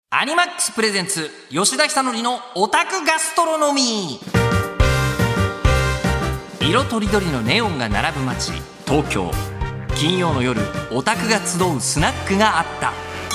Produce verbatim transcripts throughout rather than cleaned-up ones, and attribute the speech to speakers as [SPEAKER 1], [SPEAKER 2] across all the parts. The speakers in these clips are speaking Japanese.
[SPEAKER 1] アニマックスプレゼンツ吉田久典のオタクガストロノミー。色とりどりのネオンが並ぶ街東京。金曜の夜、オタクが集うスナックがあった。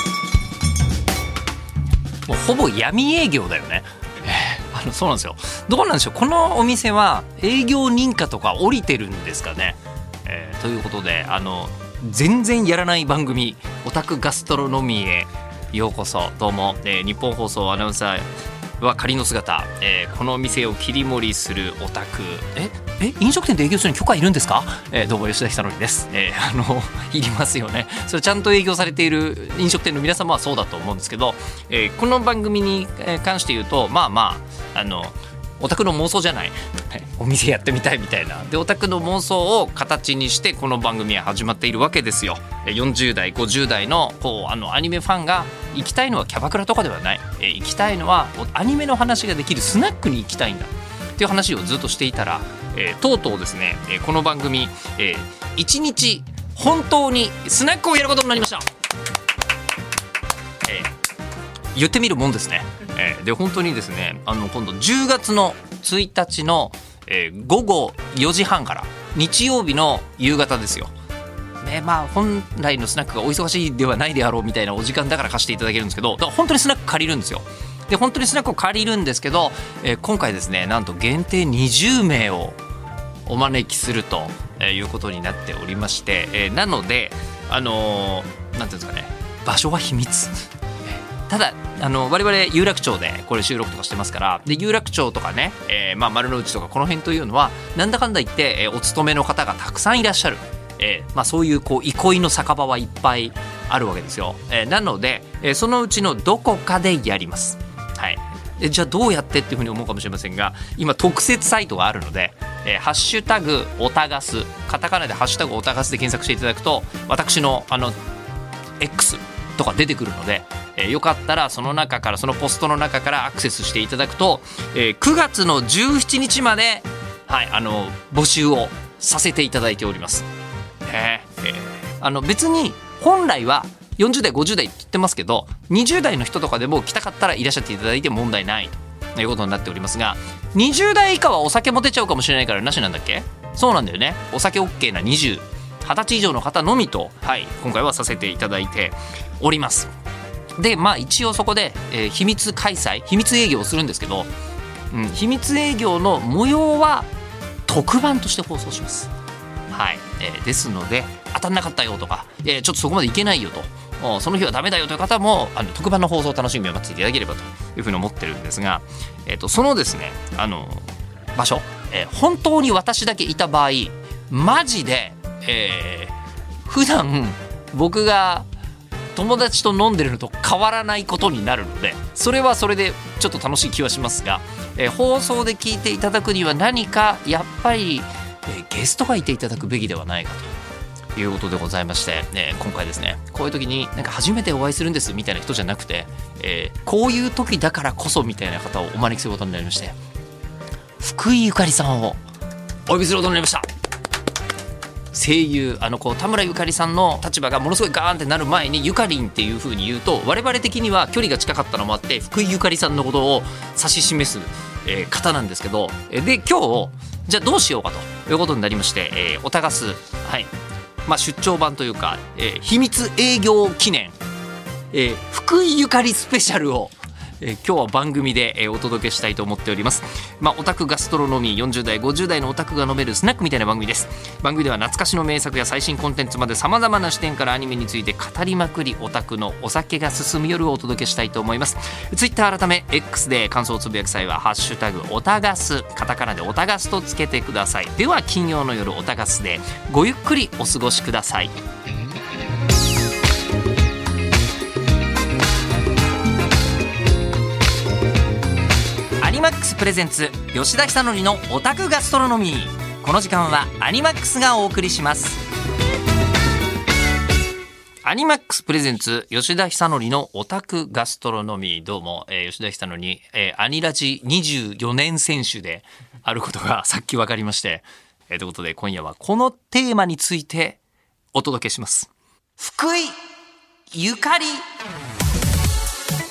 [SPEAKER 1] もうほぼ闇営業だよね。えー、あのそうなんですよ。どうなんでしょう、このお店は営業認可とか降りてるんですかね。えー、ということで、あの全然やらない番組オタクガストロノミーへようこそ。どうも、えー、日本放送アナウンサーは仮の姿、えー、この店を切り盛りするオタク。ええ飲食店で営業するに許可いるんですか？えー、どうも吉田久典です。えー、あのいりますよね。それちゃんと営業されている飲食店の皆様はそうだと思うんですけど、えー、この番組に関して言うと、まあまああのオタクの妄想じゃない、お店やってみたいみたいなで、オタクの妄想を形にしてこの番組は始まっているわけですよ。よんじゅう代ごじゅう代のこうあのアニメファンが行きたいのはキャバクラとかではない、え行きたいのはアニメの話ができるスナックに行きたいんだっていう話をずっとしていたら、えー、とうとうですね、えー、この番組、えー、いちにち本当にスナックをやることになりました。えー、言ってみるもんですね。えー、で本当にですね、あの今度じゅうがつのついたちの、えー、ごごよじはんから日曜日の夕方ですよ。ね、まあ本来のスナックがお忙しいではないであろうみたいなお時間だから貸していただけるんですけど、だから本当にスナック借りるんですよ。で本当にスナックを借りるんですけど、えー、今回ですね、なんと限定にじゅうめいをお招きするということになっておりまして、えー、なのであのー、なんていうんですかね、場所は秘密。ただあの我々有楽町でこれ収録とかしてますから、で有楽町とかね、えーまあ、丸の内とかこの辺というのはなんだかんだ言って、えー、お勤めの方がたくさんいらっしゃる、えーまあ、そういうこう憩いの酒場はいっぱいあるわけですよ。えー、なので、えー、そのうちのどこかでやります。はい、えじゃあどうやってっていうふうに思うかもしれませんが、今特設サイトがあるので、えー、ハッシュタグオタガス、カタカナでハッシュタグオタガスで検索していただくと私のあの X とか出てくるので、えー、よかったらその中からそのポストの中からアクセスしていただくと、えー、くがつのじゅうしちにちまで、はい、あの募集をさせていただいております。えーえー、あの別に本来はよんじゅう代ごじゅう代って言ってますけど、にじゅう代の人とかでも来たかったらいらっしゃっていただいて問題ないということになっておりますが、にじゅう代以下はお酒も出ちゃうかもしれないからなしなんだっけ？そうなんだよね。お酒 OK なにじゅう、はたち以上の方のみと、はい、今回はさせていただいております。でまあ一応そこで、えー、秘密開催秘密営業をするんですけど、うん、秘密営業の模様は特番として放送します。はい、えー、ですので当たんなかったよとか、えー、ちょっとそこまでいけないよと、その日はダメだよという方もあの特番の放送を楽しみに待っていただければというふうに思ってるんですが、えー、とそのですねあの場所、えー、本当に私だけいた場合マジで、えー、普段僕が友達と飲んでるのと変わらないことになるので、それはそれでちょっと楽しい気はしますが、えー、放送で聞いていただくには何かやっぱり、えー、ゲストがいていただくべきではないかということでございまして、えー、今回ですね、こういう時になんか初めてお会いするんですみたいな人じゃなくて、えー、こういう時だからこそみたいな方をお招きすることになりまして、福井ゆかりさんをお呼びすることになりました。声優、あのこう田村ゆかりさんの立場がものすごいガーンってなる前にゆかりんっていう風に言うと、我々的には距離が近かったのもあって福井ゆかりさんのことを指し示す、えー、方なんですけど、で今日じゃあどうしようかということになりまして、えー、オタガス、はいまあ、出張版というか、えー、秘密営業記念、えー、福井ゆかりスペシャルをえー、今日は番組で、えー、お届けしたいと思っております。まあ、オタクガストロノミー、よんじゅう代ごじゅう代のオタクが飲めるスナックみたいな番組です。番組では懐かしの名作や最新コンテンツまでさまざまな視点からアニメについて語りまくり、オタクのお酒が進む夜をお届けしたいと思います。ツイッター改め X で感想をつぶやく際はハッシュタグオタガス、カタカナでオタガスとつけてください。では金曜の夜オタガスでごゆっくりお過ごしください。アニマックスプレゼンツ吉田久典のオタクガストロノミー。この時間はアニマックスがお送りします。アニマックスプレゼンツ吉田久典のオタクガストロノミー。どうも、えー、吉田久典、えー、アニラジにじゅうよねん選手であることがさっき分かりまして、えー、ということで今夜はこのテーマについてお届けします。福井ゆかり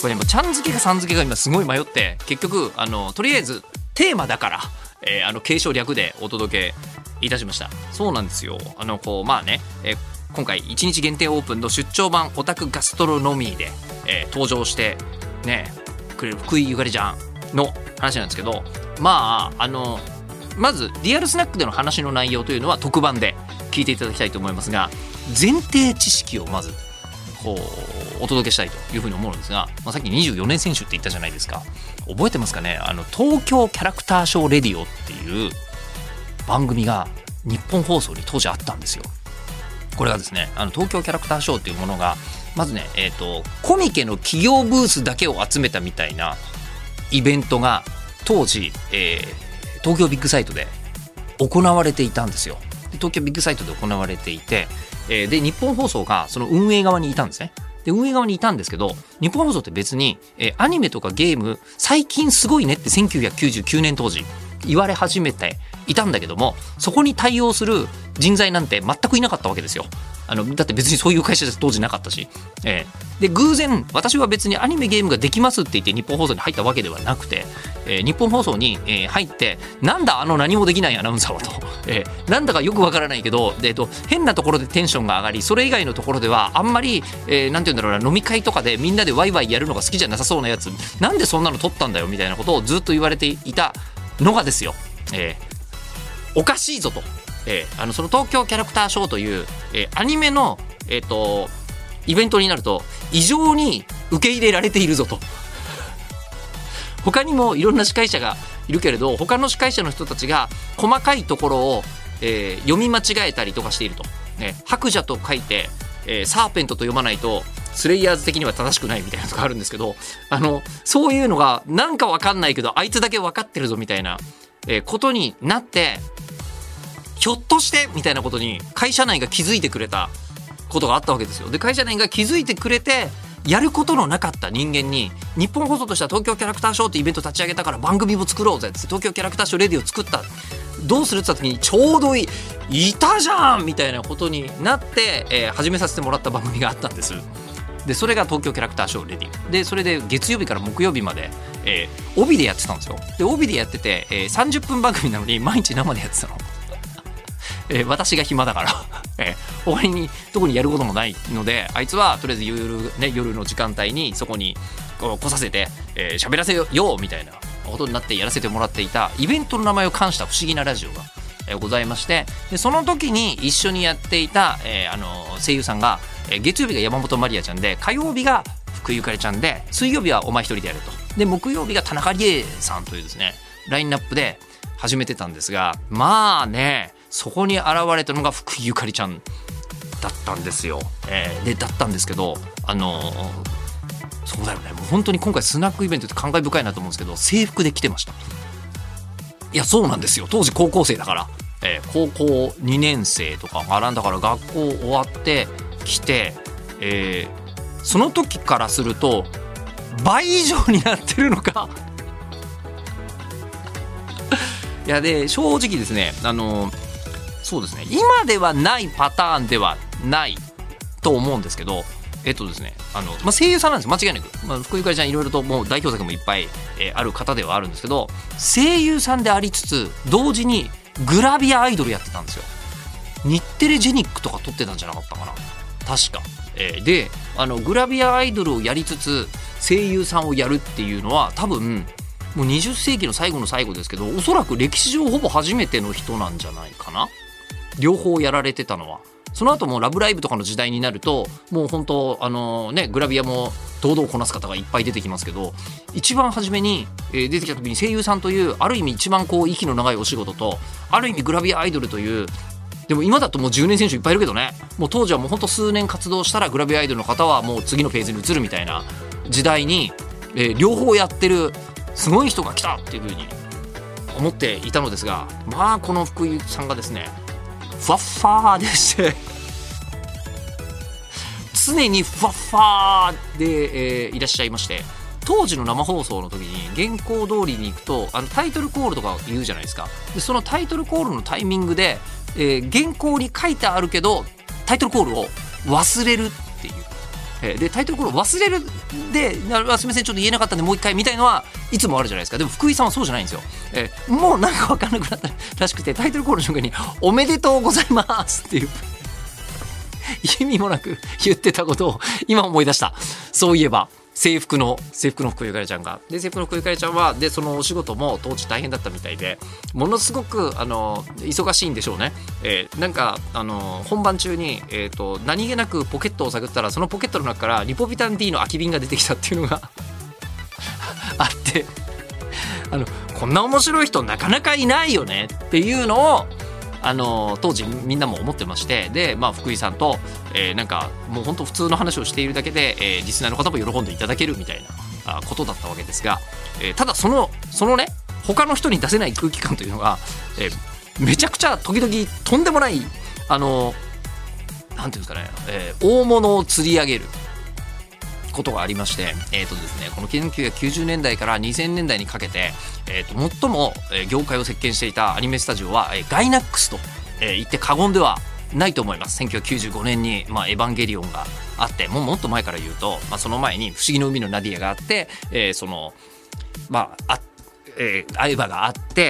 [SPEAKER 1] これねもうちゃん付けかさん付けが今すごい迷って、結局あのとりあえずテーマだから、えー、あの継承略でお届けいたしました。そうなんですよ。あのこうまあね、えー、今回いちにち限定オープンの出張版オタクガストロノミーで、えー、登場してねくれる福井ゆかりちゃんの話なんですけど、まああのまずリアルスナックでの話の内容というのは特番で聞いていただきたいと思いますが、前提知識をまずこうお届けしたいというふうに思うんですが、まあ、さっきにじゅうよねん選手って言ったじゃないですか。覚えてますかね。あの東京キャラクターショーレディオっていう番組が日本放送に当時あったんですよ。これがですね、あの東京キャラクターショーっていうものがまずね、えーと、コミケの企業ブースだけを集めたみたいなイベントが当時、えー、東京ビッグサイトで行われていたんですよ。で東京ビッグサイトで行われていて、えー、で日本放送がその運営側にいたんですね。で運営側にいたんですけど、日本放送って別に、えー、アニメとかゲーム最近すごいねってせんきゅうひゃくきゅうじゅうきゅうねん当時言われ始めていたんだけども、そこに対応する人材なんて全くいなかったわけですよ。あのだって別にそういう会社当時なかったし、えー、で偶然私は別にアニメゲームができますって言って日本放送に入ったわけではなくて、えー、日本放送に、えー、入ってなんだあの何もできないアナウンサーはと、えー、なんだかよくわからないけど、で、えー、と変なところでテンションが上がり、それ以外のところではあんまり、えー、なんて言うんだろうな、飲み会とかでみんなでワイワイやるのが好きじゃなさそうなやつ、なんでそんなの撮ったんだよみたいなことをずっと言われていたのがですよ、えー、おかしいぞと、えー、あのその東京キャラクターショーという、えー、アニメの、えー、とイベントになると異常に受け入れられているぞと。他にもいろんな司会者がいるけれど、他の司会者の人たちが細かいところを、えー、読み間違えたりとかしていると、ね、白蛇と書いて、えー、サーペントと読まないとスレイヤーズ的には正しくないみたいなのがあるんですけど、あのそういうのがなんか分かんないけどあいつだけ分かってるぞみたいな、えー、ことになって、ひょっとしてみたいなことに会社内が気づいてくれたことがあったわけですよ。で会社内が気づいてくれて、やることのなかった人間に日本放送としては東京キャラクターショーってイベント立ち上げたから番組も作ろうぜって東京キャラクターショーレディを作った、どうするって言った時にちょうどいいいたじゃんみたいなことになって、えー、始めさせてもらった番組があったんです。でそれが東京キャラクターショーレディで、それで月曜日から木曜日まで、えー、帯でやってたんですよ。で帯でやってて、えー、さんじゅっぷん番組なのに毎日生でやってたの。えー、私が暇だから、えー、他に特にやることもないので、あいつはとりあえず夜、ね、夜の時間帯にそこにこう来させて喋、えー、らせようみたいなことになってやらせてもらっていたイベントの名前を冠した不思議なラジオが、えー、ございまして、でその時に一緒にやっていた、えー、あの声優さんが、えー、月曜日が山本まりあちゃんで、火曜日が福井ゆかりちゃんで、水曜日はお前一人でやると、で木曜日が田中理恵さんというですねラインナップで始めてたんですが、まあねそこに現れたのが福井ゆかりちゃんだったんですよ、えー、でだったんですけど、あのー、そうだよね、もう本当に今回スナックイベントって感慨深いなと思うんですけど、制服で来てました。いやそうなんですよ、当時高校生だから、えー、高校にねん生とかあらんだから学校終わって来て、えー、その時からすると倍以上になってるのかいやで正直ですね、あのーそうですね、今ではないパターンではないと思うんですけど、えっとですね、あの、まあ、声優さんなんです間違いなく、まあ、福井ゆかりちゃんいろいろともう代表作もいっぱい、えー、ある方ではあるんですけど、声優さんでありつつ同時にグラビアアイドルやってたんですよ。日テレジェニックとか撮ってたんじゃなかったかな確か、えー、であのグラビアアイドルをやりつつ声優さんをやるっていうのは多分もうにじゅっせいきの最後の最後ですけど、おそらく歴史上ほぼ初めての人なんじゃないかな、両方やられてたのは。その後もラブライブとかの時代になるともう本当あのねグラビアも堂々こなす方がいっぱい出てきますけど、一番初めに出てきた時に声優さんというある意味一番こう息の長いお仕事と、ある意味グラビアアイドルという、でも今だともうじゅうねん選手いっぱいいるけどね、もう当時はもう本当数年活動したらグラビアアイドルの方はもう次のフェーズに移るみたいな時代に、えー、両方やってるすごい人が来たっていう風に思っていたのですが、まあこの福井さんがですねふわっふわーでして常にふわっふわーで、えー、いらっしゃいまして、当時の生放送の時に原稿通りに行くとあのタイトルコールとか言うじゃないですか。でそのタイトルコールのタイミングで、えー、原稿に書いてあるけどタイトルコールを忘れるっていう、 えー、でタイトルコール忘れるで、あ、すみませんちょっと言えなかったんでもう一回みたいのはいつもあるじゃないですか。でも福井さんはそうじゃないんですよ、えー、もうなんか分からなくなったらしくて、タイトルコールの瞬間におめでとうございますっていう意味もなく言ってたことを今思い出した。そういえば制服の制服の福井ゆかりちゃんがで制服の福井ゆかりちゃんはでそのお仕事も当時大変だったみたいで、ものすごくあの忙しいんでしょうね、えー、なんかあの本番中に、えー、と何気なくポケットを探ったらそのポケットの中からリポビタン D の空き瓶が出てきたっていうのがあってあのこんな面白い人なかなかいないよねっていうのをあの当時みんなも思ってまして、で、まあ、福井さんと、えー、なんかもう本当普通の話をしているだけで、えー、リスナーの方も喜んでいただけるみたいなことだったわけですが、えー、ただそのそのね他の人に出せない空気感というのが、えー、めちゃくちゃ時々とんでもないあのなんていうんですかね、えー、大物を釣り上げることがありまして、えーとですね、このせんきゅうひゃくきゅうじゅうねんだいからにせんねんだいにかけて、えー、と最も業界を席巻していたアニメスタジオはガイナックスと言って過言ではないと思います。せんきゅうひゃくきゅうじゅうごねんに、まあ、エヴァンゲリオンがあって、もうもっと前から言うと、まあ、その前に不思議の海のナディアがあって、えー、そのまああえー、アイバがあって、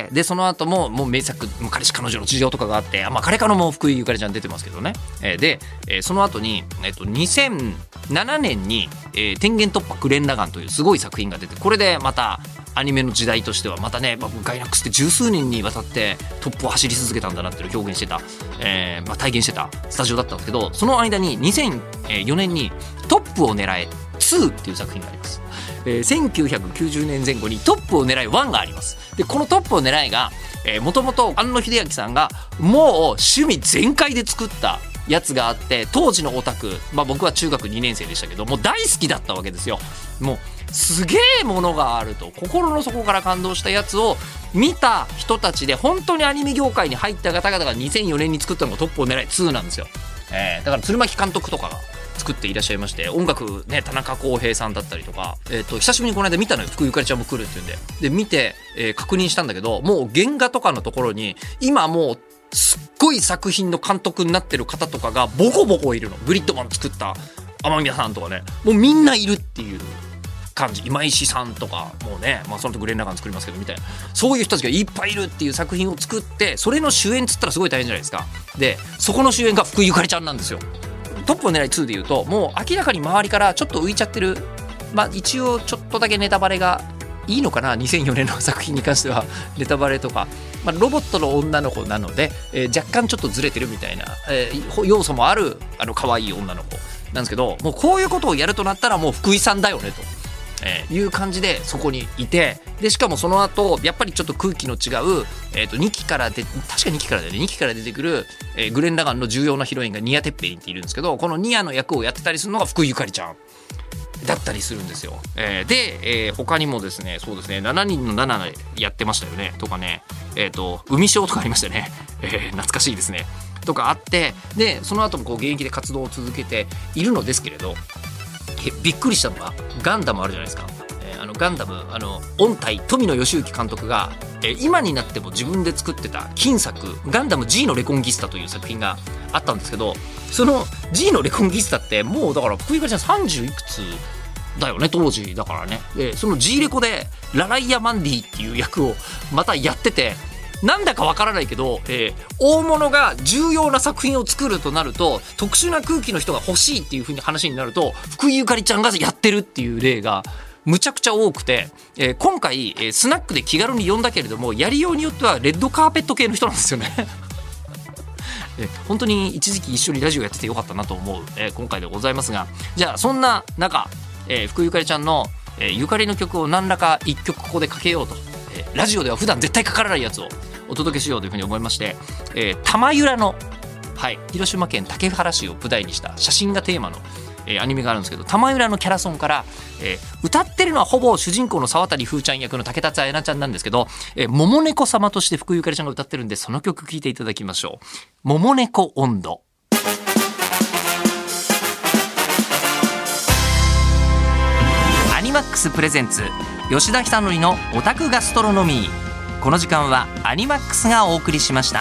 [SPEAKER 1] でその後ももう名作彼氏彼女の事情とかがあって、まあ、彼からも福井ゆかりちゃん出てますけどね、えー、で、えー、その後に、えー、とにせんななねんに、えー、天元突破グレン・ラガンというすごい作品が出て、これでまたアニメの時代としてはまたね、まあ、ガイナックスって十数年にわたってトップを走り続けたんだなっていうのを表現してた、えーまあ、体現してたスタジオだったんですけど、その間ににせんよねんにトップを狙えツーっていう作品があります。えー、せんきゅうひゃくきゅうじゅうねんぜん後にトップを狙いワンがあります。でこのトップを狙いがもともと庵野秀明さんがもう趣味全開で作ったやつがあって、当時のオタク、まあ、僕は中学にねん生でしたけどもう大好きだったわけですよ。もうすげえものがあると心の底から感動したやつを見た人たちで、本当にアニメ業界に入った方々がにせんよねんに作ったのがトップを狙いツーなんですよ。えー、だから鶴巻監督とかが作っていらっしゃいまして、音楽ね田中康平さんだったりとか、えー、と久しぶりにこの間見たのよ、福井ゆかりちゃんも来るっていうんで、で見て、えー、確認したんだけど、もう原画とかのところに今もうすっごい作品の監督になってる方とかがボコボコいるの。グリッドマン作った天宮さんとかね、もうみんないるっていう感じ。今石さんとかもうね、まあ、その時グレン・ラガン作りますけどみたいな、そういう人たちがいっぱいいるっていう作品を作って、それの主演っつったらすごい大変じゃないですか。でそこの主演が福井ゆかりちゃんなんですよ。トップを狙いツーでいうと、もう明らかに周りからちょっと浮いちゃってる、まあ一応ちょっとだけネタバレがいいのかな、にせんよねんの作品に関してはネタバレとか、まあ、ロボットの女の子なので、えー、若干ちょっとずれてるみたいな、えー、要素もあるあの可愛い女の子なんですけど、もうこういうことをやるとなったらもう福井さんだよねと、えー、いう感じでそこにいて、でしかもその後やっぱりちょっと空気の違う、えー、とにきからで確かにきからだよねにきから出てくる、えー、グレン・ラガンの重要なヒロインがニア・テッペリンっているんですけど、このニアの役をやってたりするのが福井ゆかりちゃんだったりするんですよ。えー、で、えー、他にもですね、そうですね、しちにんのななやってましたよねとかね、えっ、ー、と海将とかありましたね、えー、懐かしいですねとかあって、でその後もこう現役で活動を続けているのですけれど、えびっくりしたのがガンダムあるじゃないですか。えー、あのガンダムあの御大富野義行監督が、えー、今になっても自分で作ってた金作ガンダム G のレコンギスタという作品があったんですけど、その G のレコンギスタってもうだから福井ゆかりちゃんさんじゅういくつだよね当時だからね。でその G レコでラライア・マンディっていう役をまたやってて、なんだかわからないけど、えー、大物が重要な作品を作るとなると特殊な空気の人が欲しいっていう風に話になると福井ゆかりちゃんがやってるっていう例がむちゃくちゃ多くて、えー、今回、えー、スナックで気軽に呼んだけれどもやりようによってはレッドカーペット系の人なんですよねえ本当に一時期一緒にラジオやっててよかったなと思う、えー、今回でございますが、じゃあそんな中、えー、福井ゆかりちゃんの、えー、ゆかりの曲を何らか一曲ここでかけようと、えー、ラジオでは普段絶対かからないやつをお届けしようというふうに思いまして、えー、玉浦の、はい、広島県竹原市を舞台にした写真がテーマの、えー、アニメがあるんですけど、玉浦のキャラソンから、えー、歌ってるのはほぼ主人公の沢渡風ちゃん役の竹達彩菜ちゃんなんですけど、えー、桃猫様として福井ゆかりちゃんが歌ってるんで、その曲聴いていただきましょう。桃猫温度。アニマックスプレゼンツ吉田久典のオタクガストロノミー。この時間はアニマックスがお送りしました。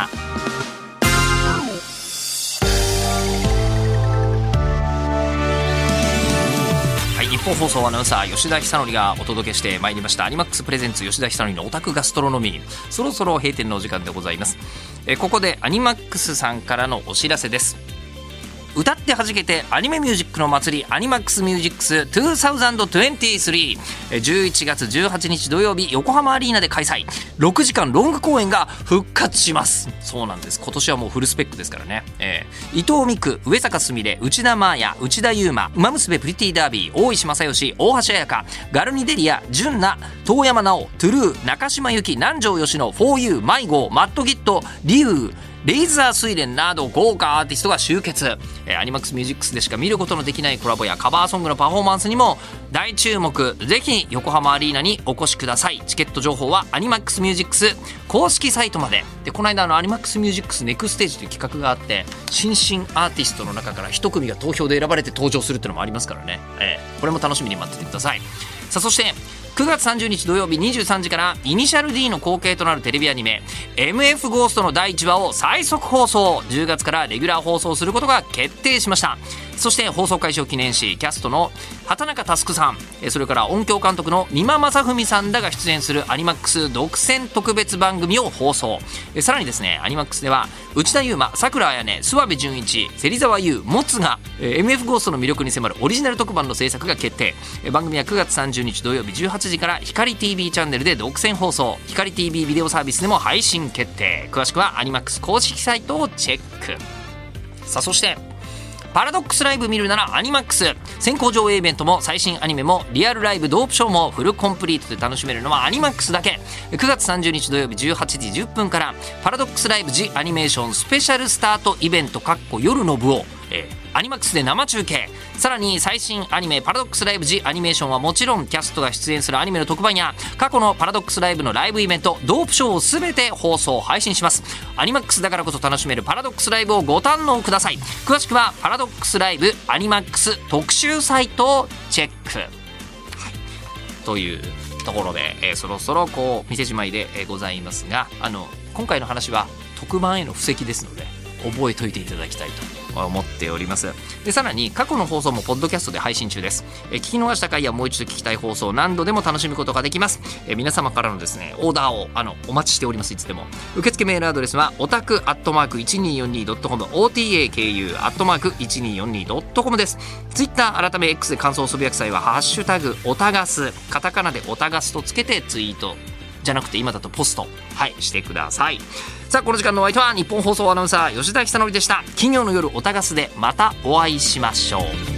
[SPEAKER 1] 本放送アナウンサー吉田久典がお届けしてまいりましたアニマックスプレゼンツ吉田久典のオタクガストロノミー、そろそろ閉店のお時間でございます。えここでアニマックスさんからのお知らせです。歌って弾けてアニメミュージックの祭りアニマックスミュージックスにせんにじゅうさん、じゅういちがつじゅうはちにち土曜日横浜アリーナで開催、ろくじかんロング公演が復活します。そうなんです、今年はもうフルスペックですからね、えー、伊藤美久、上坂すみれ、内田真彩、内田悠馬、馬娘プリティダービー、大石正義、大橋彩香、ガルニデリア、純奈、遠山奈緒、トゥルー、中島由紀、南條吉野、フォーユー、迷子、マットギット、リュウ、レイザー睡蓮など豪華アーティストが集結、えー、アニマックスミュージックスでしか見ることのできないコラボやカバーソングのパフォーマンスにも大注目。ぜひ横浜アリーナにお越しください。チケット情報はアニマックスミュージックス公式サイトまで。でこの間あのアニマックスミュージックスネクステージという企画があって、新進アーティストの中から一組が投票で選ばれて登場するっていうのもありますからね、えー、これも楽しみに待っててください。さあそしてくがつさんじゅうにち土曜日にじゅうさんじからイニシャル D の後継となるテレビアニメ エムエフ ゴーストのだいいちわを最速放送、じゅうがつからレギュラー放送することが決定しました。そして放送開始を記念しキャストの畑中佑さん、それから音響監督の三間正文さんらが出演するアニマックス独占特別番組を放送。さらにですねアニマックスでは内田悠馬、桜彩音、諏訪部純一、芹沢優、モツが エムエフ ゴーストの魅力に迫るオリジナル特番の制作が決定。番組はくがつさんじゅうにち土曜日じゅうはちじから光 ティービー チャンネルで独占放送、光 ティービー ビデオサービスでも配信決定。詳しくはアニマックス公式サイトをチェック。さあそしてパラドックスライブ見るならアニマックス、先行上映イベントも最新アニメもリアルライブドープショーもフルコンプリートで楽しめるのはアニマックスだけ。くがつさんじゅうにち土曜日じゅうはちじじゅっぷんからパラドックスライブジアニメーションスペシャルスタートイベント夜の部を、えーアニマックスで生中継。さらに最新アニメパラドックスライブジアニメーションはもちろんキャストが出演するアニメの特番や過去のパラドックスライブのライブイベントドープショーを全て放送配信します。アニマックスだからこそ楽しめるパラドックスライブをご堪能ください。詳しくはパラドックスライブアニマックス特集サイトをチェック、はい、というところで、えー、そろそろこう店じまいで、えー、ございますが、あの今回の話は特番への布石ですので覚えといていただきたいと思っております。でさらに過去の放送もポッドキャストで配信中です。え聞き逃した回やもう一度聞きたい放送を何度でも楽しむことができます。え皆様からのですねオーダーをあのお待ちしております。いつでも受付メールアドレスはオタクアットマーク いちにーよんにードットコム オーティーエーケーユー アットマーク いちにーよんにードットコム です。ツイッター改め X で感想をつぶやく際はハッシュタグオタガス、カタカナでオタガスとつけてツイートじゃなくて今だとポスト、はいしてください。さあこの時間のお相手は日本放送アナウンサー吉田久典でした。金曜の夜オタガスでまたお会いしましょう。